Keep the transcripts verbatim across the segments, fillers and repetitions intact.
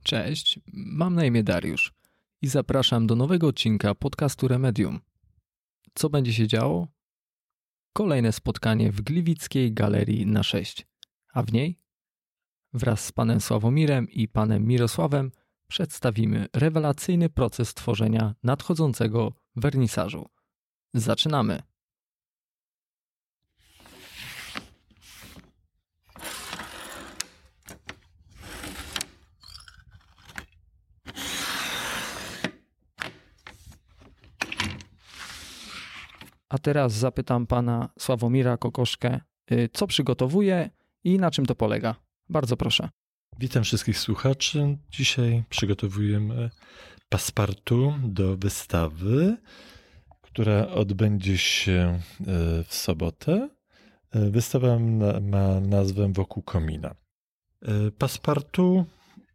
Cześć, mam na imię Dariusz i zapraszam do nowego odcinka podcastu Remedium. Co będzie się działo? Kolejne spotkanie w Gliwickiej Galerii na sześć, a w niej wraz z panem Sławomirem i panem Mirosławem przedstawimy rewelacyjny proces tworzenia nadchodzącego wernisażu. Zaczynamy! A teraz zapytam pana Sławomira Kokoszkę, co przygotowuje i na czym to polega. Bardzo proszę. Witam wszystkich słuchaczy. Dzisiaj przygotowujemy passepartout do wystawy, która odbędzie się w sobotę. Wystawa ma nazwę Wokół komina. Passepartout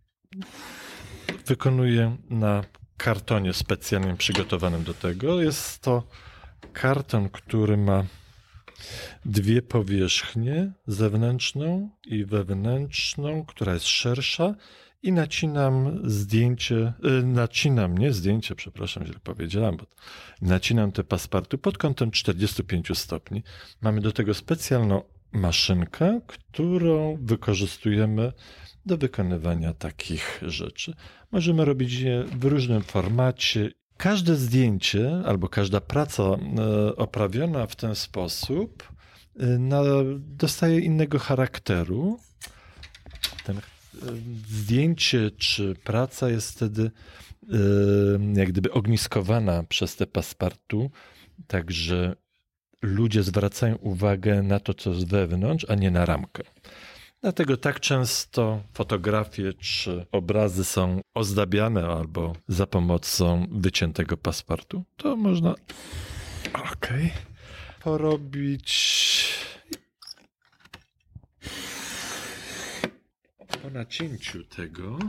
wykonuję na kartonie specjalnie przygotowanym do tego. Jest to karton, który ma dwie powierzchnie, zewnętrzną i wewnętrzną, która jest szersza, i nacinam zdjęcie, yy, nacinam, nie zdjęcie, przepraszam, źle powiedziałem, bo nacinam te passepartout pod kątem czterdziestu pięciu stopni. Mamy do tego specjalną maszynkę, którą wykorzystujemy do wykonywania takich rzeczy. Możemy robić je w różnym formacie. Każde zdjęcie albo każda praca oprawiona w ten sposób dostaje innego charakteru. Ten zdjęcie czy praca jest wtedy jak gdyby ogniskowana przez te passepartout, także ludzie zwracają uwagę na to, co jest wewnątrz, a nie na ramkę. Dlatego tak często fotografie czy obrazy są ozdabiane albo za pomocą wyciętego passepartout. To można okej, porobić po nacięciu tego.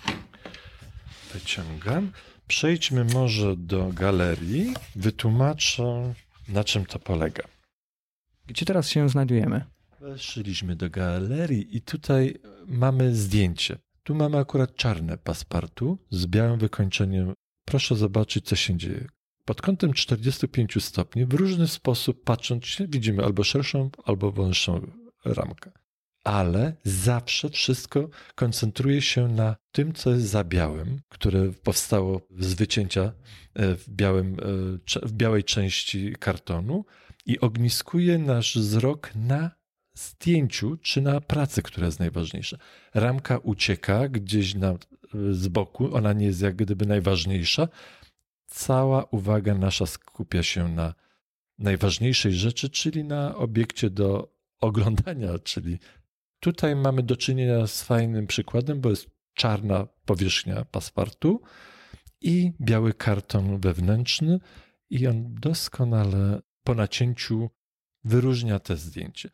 Wyciągam. Przejdźmy może do galerii. Wytłumaczę, na czym to polega. Gdzie teraz się znajdujemy? Weszliśmy do galerii i tutaj mamy zdjęcie. Tu mamy akurat czarne passepartout z białym wykończeniem. Proszę zobaczyć, co się dzieje. Pod kątem czterdziestu pięciu stopni, w różny sposób patrząc się, widzimy albo szerszą, albo wąższą ramkę. Ale zawsze wszystko koncentruje się na tym, co jest za białym, które powstało z wycięcia w, białym, w białej części kartonu i ogniskuje nasz wzrok na zdjęciu czy na pracy, która jest najważniejsza. Ramka ucieka gdzieś na, z boku, ona nie jest jak gdyby najważniejsza. Cała uwaga nasza skupia się na najważniejszej rzeczy, czyli na obiekcie do oglądania, czyli tutaj mamy do czynienia z fajnym przykładem, bo jest czarna powierzchnia passepartout i biały karton wewnętrzny i on doskonale po nacięciu wyróżnia te zdjęcie.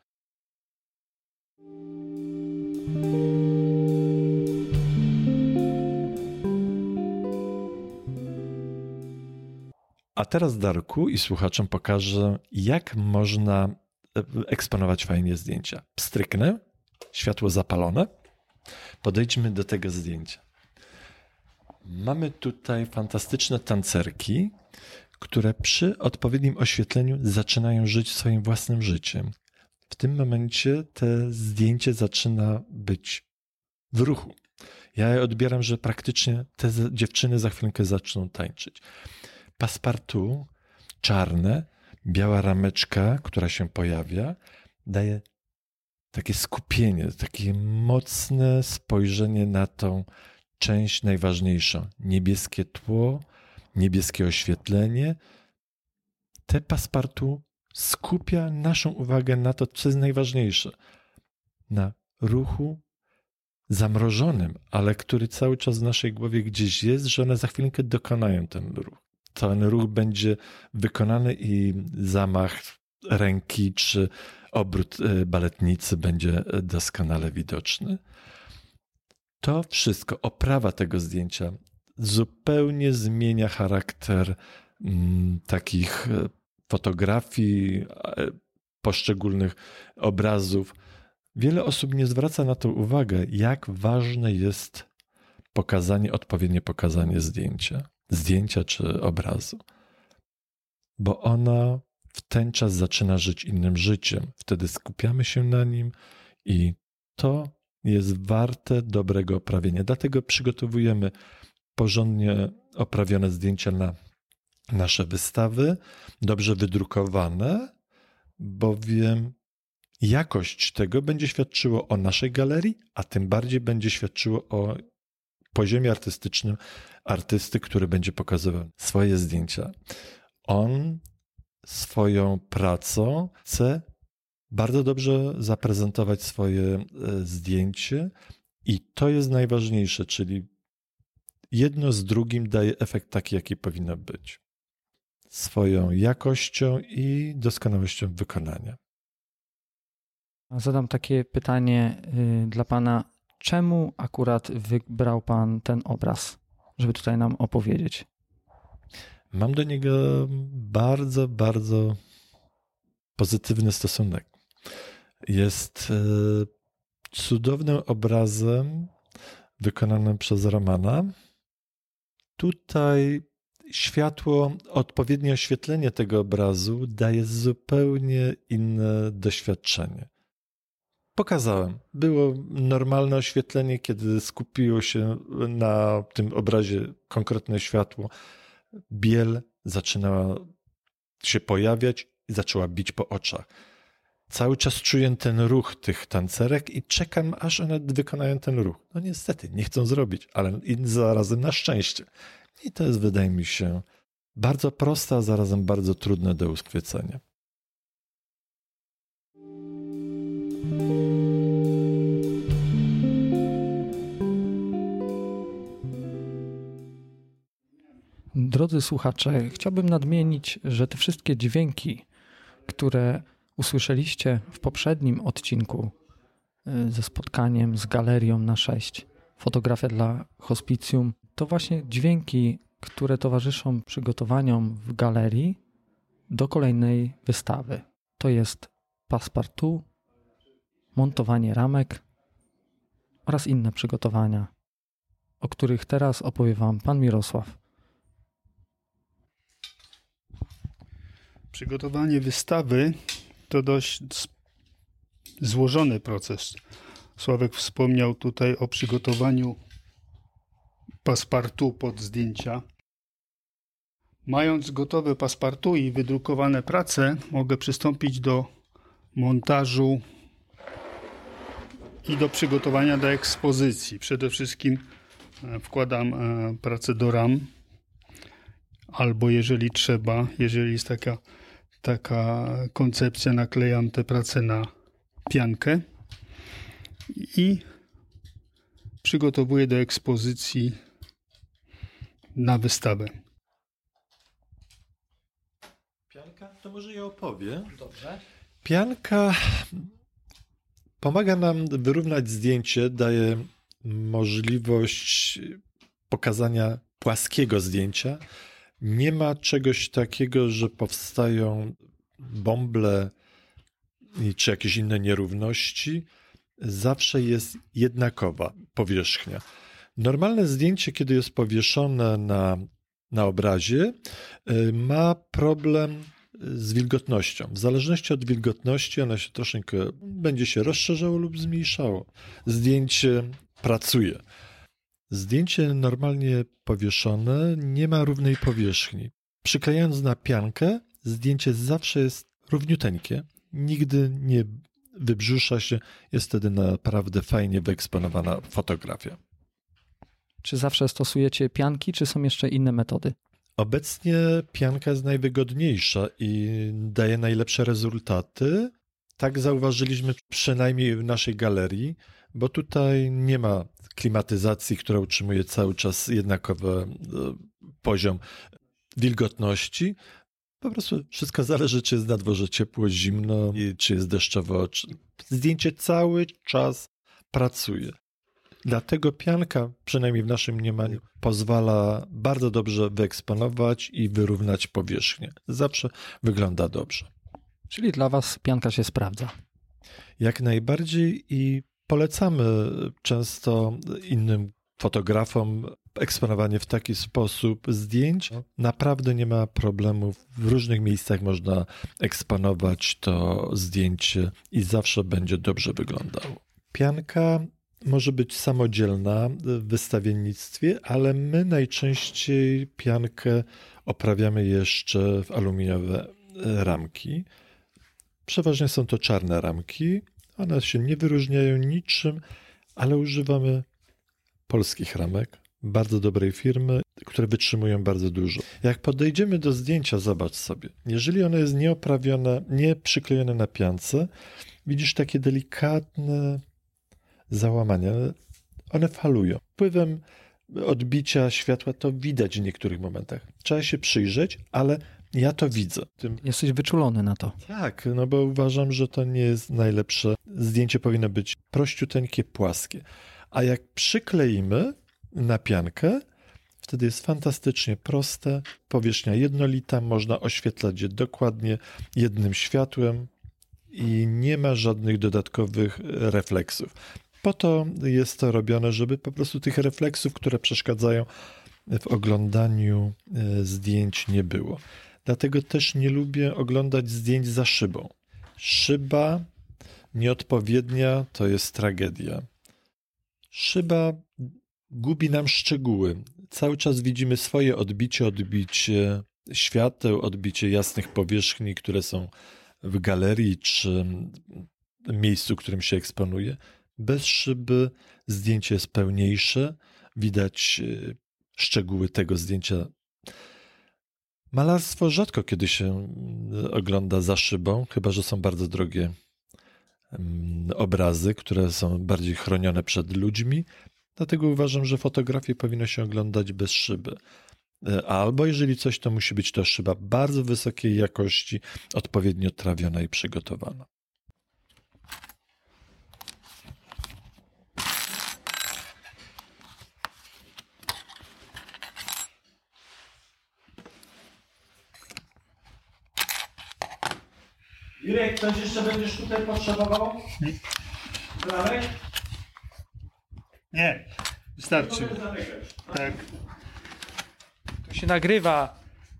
A teraz Darku i słuchaczom pokażę, jak można eksponować fajnie zdjęcia. Pstryknę, światło zapalone, podejdźmy do tego zdjęcia. Mamy tutaj fantastyczne tancerki, które przy odpowiednim oświetleniu zaczynają żyć swoim własnym życiem. W tym momencie to zdjęcie zaczyna być w ruchu. Ja odbieram, że praktycznie te dziewczyny za chwilkę zaczną tańczyć. Passepartout czarne, biała rameczka, która się pojawia, daje takie skupienie, takie mocne spojrzenie na tą część najważniejszą. Niebieskie tło, niebieskie oświetlenie. Te passepartout skupia naszą uwagę na to, co jest najważniejsze. Na ruchu zamrożonym, ale który cały czas w naszej głowie gdzieś jest, że one za chwilkę dokonają ten ruch. Ten ruch będzie wykonany i zamach ręki czy obrót baletnicy będzie doskonale widoczny. To wszystko, oprawa tego zdjęcia zupełnie zmienia charakter m, takich fotografii, poszczególnych obrazów. Wiele osób nie zwraca na to uwagę, jak ważne jest pokazanie, odpowiednie pokazanie zdjęcia, zdjęcia czy obrazu. Bo ona w ten czas zaczyna żyć innym życiem. Wtedy skupiamy się na nim i to jest warte dobrego oprawienia. Dlatego przygotowujemy porządnie oprawione zdjęcia na nasze wystawy, dobrze wydrukowane, bowiem jakość tego będzie świadczyło o naszej galerii, a tym bardziej będzie świadczyło o poziomie artystycznym artysty, który będzie pokazywał swoje zdjęcia. On swoją pracą chce bardzo dobrze zaprezentować swoje zdjęcie i to jest najważniejsze, czyli jedno z drugim daje efekt taki, jaki powinno być. Swoją jakością i doskonałością wykonania. Zadam takie pytanie y, dla pana. Czemu akurat wybrał pan ten obraz, żeby tutaj nam opowiedzieć? Mam do niego bardzo, bardzo pozytywny stosunek. Jest y, cudownym obrazem wykonanym przez Romana. Tutaj światło, odpowiednie oświetlenie tego obrazu daje zupełnie inne doświadczenie. Pokazałem. Było normalne oświetlenie, kiedy skupiło się na tym obrazie konkretne światło. Biel zaczynała się pojawiać i zaczęła bić po oczach. Cały czas czuję ten ruch tych tancerek i czekam, aż one wykonają ten ruch. No niestety, nie chcą zrobić, ale zarazem na szczęście. I to jest, wydaje mi się, bardzo proste, a zarazem bardzo trudne do uchwycenia. Drodzy słuchacze, chciałbym nadmienić, że te wszystkie dźwięki, które usłyszeliście w poprzednim odcinku ze spotkaniem z galerią na sześć, fotografia dla hospicjum, to właśnie dźwięki, które towarzyszą przygotowaniom w galerii do kolejnej wystawy. To jest passepartout, montowanie ramek oraz inne przygotowania, o których teraz opowie wam pan Mirosław. Przygotowanie wystawy to dość złożony proces. Sławek wspomniał tutaj o przygotowaniu passepartout pod zdjęcia. Mając gotowe passepartout i wydrukowane prace, mogę przystąpić do montażu i do przygotowania do ekspozycji. Przede wszystkim wkładam pracę do ram, albo jeżeli trzeba, jeżeli jest taka, taka koncepcja, naklejam tę pracę na piankę i przygotowuję do ekspozycji na wystawę. Pianka? To może ja opowiem. Dobrze. Pianka pomaga nam wyrównać zdjęcie, daje możliwość pokazania płaskiego zdjęcia. Nie ma czegoś takiego, że powstają bąble czy jakieś inne nierówności. Zawsze jest jednakowa powierzchnia. Normalne zdjęcie, kiedy jest powieszone na, na obrazie, ma problem z wilgotnością. W zależności od wilgotności ona się troszeczkę będzie się rozszerzało lub zmniejszało. Zdjęcie pracuje. Zdjęcie normalnie powieszone nie ma równej powierzchni. Przyklejając na piankę, zdjęcie zawsze jest równiuteńkie. Nigdy nie wybrzusza się. Jest wtedy naprawdę fajnie wyeksponowana fotografia. Czy zawsze stosujecie pianki, czy są jeszcze inne metody? Obecnie pianka jest najwygodniejsza i daje najlepsze rezultaty. Tak zauważyliśmy przynajmniej w naszej galerii, bo tutaj nie ma klimatyzacji, która utrzymuje cały czas jednakowy poziom wilgotności. Po prostu wszystko zależy, czy jest na dworze ciepło, zimno, czy jest deszczowo. Zdjęcie cały czas pracuje. Dlatego pianka, przynajmniej w naszym mniemaniu, pozwala bardzo dobrze wyeksponować i wyrównać powierzchnię. Zawsze wygląda dobrze. Czyli dla was pianka się sprawdza. Jak najbardziej i polecamy często innym fotografom eksponowanie w taki sposób zdjęć. Naprawdę nie ma problemów. W różnych miejscach można eksponować to zdjęcie i zawsze będzie dobrze wyglądało. Pianka może być samodzielna w wystawiennictwie, ale my najczęściej piankę oprawiamy jeszcze w aluminiowe ramki. Przeważnie są to czarne ramki. One się nie wyróżniają niczym, ale używamy polskich ramek, bardzo dobrej firmy, które wytrzymują bardzo dużo. Jak podejdziemy do zdjęcia, zobacz sobie, jeżeli ono jest nieoprawione, nie przyklejone na piance, widzisz takie delikatne załamania, one falują. Wpływem odbicia światła to widać w niektórych momentach. Trzeba się przyjrzeć, ale ja to widzę. Tym... Jesteś wyczulony na to. Tak, no bo uważam, że to nie jest najlepsze. Zdjęcie powinno być prościuteńkie, płaskie. A jak przykleimy na piankę, wtedy jest fantastycznie proste, powierzchnia jednolita, można oświetlać je dokładnie jednym światłem i nie ma żadnych dodatkowych refleksów. Po to jest to robione, żeby po prostu tych refleksów, które przeszkadzają w oglądaniu zdjęć, nie było. Dlatego też nie lubię oglądać zdjęć za szybą. Szyba nieodpowiednia to jest tragedia. Szyba gubi nam szczegóły. Cały czas widzimy swoje odbicie, odbicie świateł, odbicie jasnych powierzchni, które są w galerii czy miejscu, w którym się eksponuje. Bez szyby zdjęcie jest pełniejsze, widać szczegóły tego zdjęcia. Malarstwo rzadko kiedy się ogląda za szybą, chyba że są bardzo drogie obrazy, które są bardziej chronione przed ludźmi. Dlatego uważam, że fotografię powinno się oglądać bez szyby. Albo jeżeli coś, to musi być to szyba bardzo wysokiej jakości, odpowiednio trawiona i przygotowana. Jurek, coś jeszcze będziesz tutaj potrzebował? Bramek? Nie, wystarczy. Tak. To się nagrywa.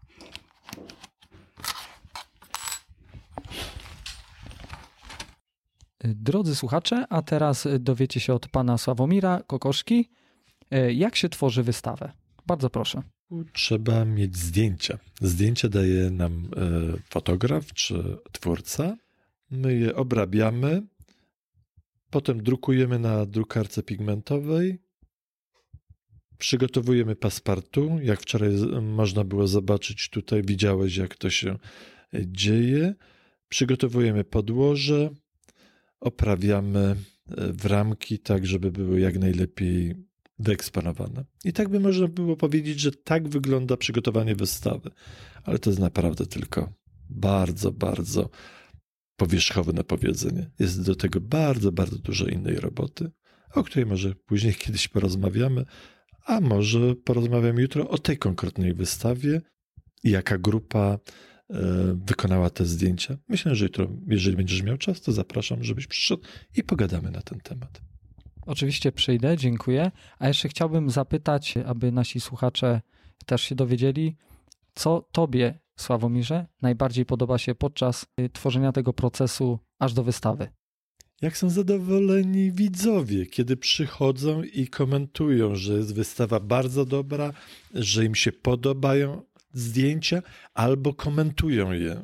Drodzy słuchacze, a teraz dowiecie się od pana Sławomira Kokoszki, jak się tworzy wystawę. Bardzo proszę. Trzeba mieć zdjęcia. Zdjęcia daje nam fotograf czy twórca. My je obrabiamy, potem drukujemy na drukarce pigmentowej, przygotowujemy passepartout. Jak wczoraj można było zobaczyć tutaj, widziałeś, jak to się dzieje. Przygotowujemy podłoże, oprawiamy w ramki tak, żeby były jak najlepiej wyeksponowane. I tak by można było powiedzieć, że tak wygląda przygotowanie wystawy. Ale to jest naprawdę tylko bardzo, bardzo powierzchowne powiedzenie. Jest do tego bardzo, bardzo dużo innej roboty, o której może później kiedyś porozmawiamy, a może porozmawiam jutro o tej konkretnej wystawie i jaka grupa wykonała te zdjęcia. Myślę, że jutro, jeżeli będziesz miał czas, to zapraszam, żebyś przyszedł i pogadamy na ten temat. Oczywiście przyjdę, dziękuję. A jeszcze chciałbym zapytać, aby nasi słuchacze też się dowiedzieli, co tobie, Sławomirze, najbardziej podoba się podczas tworzenia tego procesu aż do wystawy? Jak są zadowoleni widzowie, kiedy przychodzą i komentują, że jest wystawa bardzo dobra, że im się podobają zdjęcia, albo komentują je,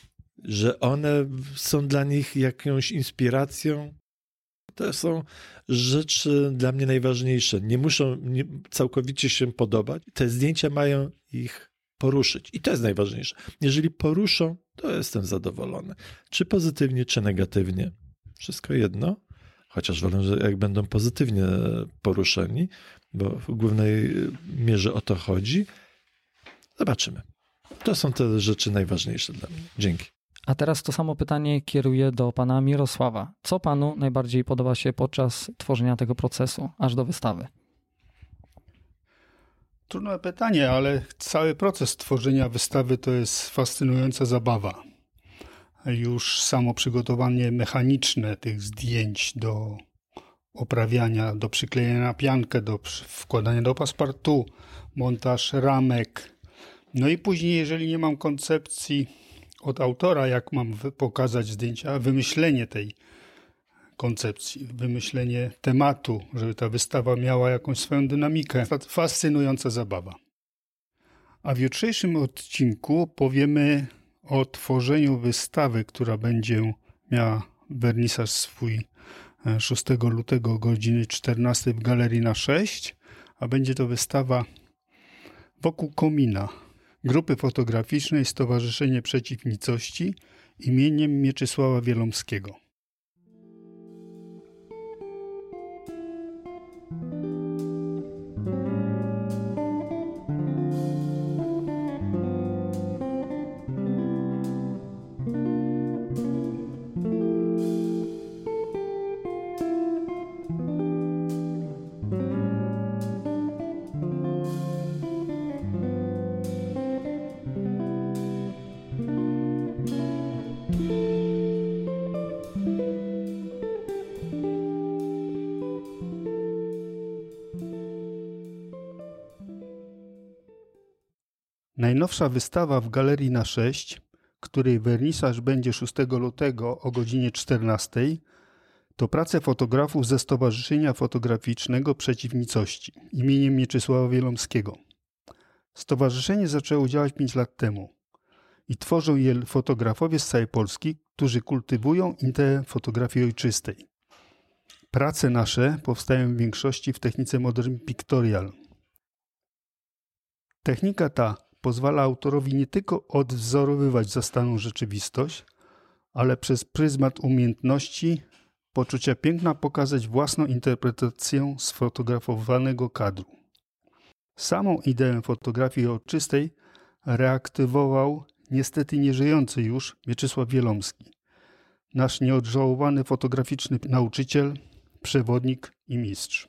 że one są dla nich jakąś inspiracją. To są rzeczy dla mnie najważniejsze. Nie muszą nie, całkowicie się podobać. Te zdjęcia mają ich poruszyć. I to jest najważniejsze. Jeżeli poruszą, to jestem zadowolony. Czy pozytywnie, czy negatywnie. Wszystko jedno. Chociaż wolę, że jak będą pozytywnie poruszeni, bo w głównej mierze o to chodzi. Zobaczymy. To są te rzeczy najważniejsze dla mnie. Dzięki. A teraz to samo pytanie kieruję do pana Mirosława. Co panu najbardziej podoba się podczas tworzenia tego procesu, aż do wystawy? Trudne pytanie, ale cały proces tworzenia wystawy to jest fascynująca zabawa. Już samo przygotowanie mechaniczne tych zdjęć do oprawiania, do przyklejenia na piankę, do wkładania do passepartout, montaż ramek. No i później, jeżeli nie mam koncepcji od autora, jak mam pokazać zdjęcia, wymyślenie tej koncepcji, wymyślenie tematu, żeby ta wystawa miała jakąś swoją dynamikę. Fascynująca zabawa. A w jutrzejszym odcinku powiemy o tworzeniu wystawy, która będzie miała wernisaż swój szóstego lutego o godzinie czternastej w Galerii na sześć, a będzie to wystawa wokół komina grupy fotograficznej Stowarzyszenie Przeciw Nicości imieniem Mieczysława Wielomskiego. Najnowsza wystawa w Galerii na sześć, której wernisaż będzie szóstego lutego o godzinie czternastej, to prace fotografów ze Stowarzyszenia Fotograficznego Przeciw Nicości imieniem Mieczysława Wielomskiego. Stowarzyszenie zaczęło działać pięć lat temu i tworzą je fotografowie z całej Polski, którzy kultywują ideę fotografii ojczystej. Prace nasze powstają w większości w technice Modern Pictorial. Technika ta pozwala autorowi nie tylko odwzorowywać zastaną rzeczywistość, ale przez pryzmat umiejętności, poczucia piękna pokazać własną interpretację sfotografowanego kadru. Samą ideę fotografii ojczystej reaktywował niestety nieżyjący już Mieczysław Wielomski, nasz nieodżałowany fotograficzny nauczyciel, przewodnik i mistrz.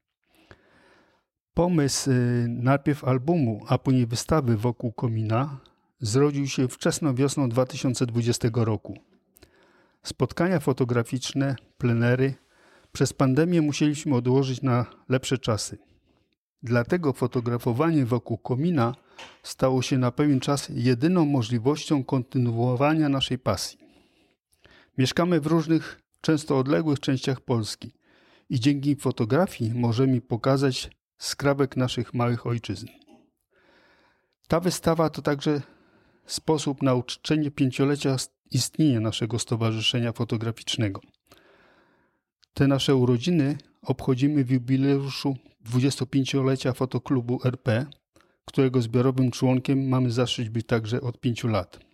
Pomysł najpierw albumu, a później wystawy wokół komina zrodził się wczesną wiosną dwa tysiące dwudziestego roku. Spotkania fotograficzne, plenery przez pandemię musieliśmy odłożyć na lepsze czasy. Dlatego fotografowanie wokół komina stało się na pewien czas jedyną możliwością kontynuowania naszej pasji. Mieszkamy w różnych, często odległych częściach Polski i dzięki fotografii możemy pokazać skrawek naszych małych ojczyzn. Ta wystawa to także sposób na uczczenie pięciolecia istnienia naszego Stowarzyszenia Fotograficznego. Te nasze urodziny obchodzimy w jubileuszu dwudziestopięciolecia Fotoklubu R P, którego zbiorowym członkiem mamy zaszczyt być także od pięciu lat.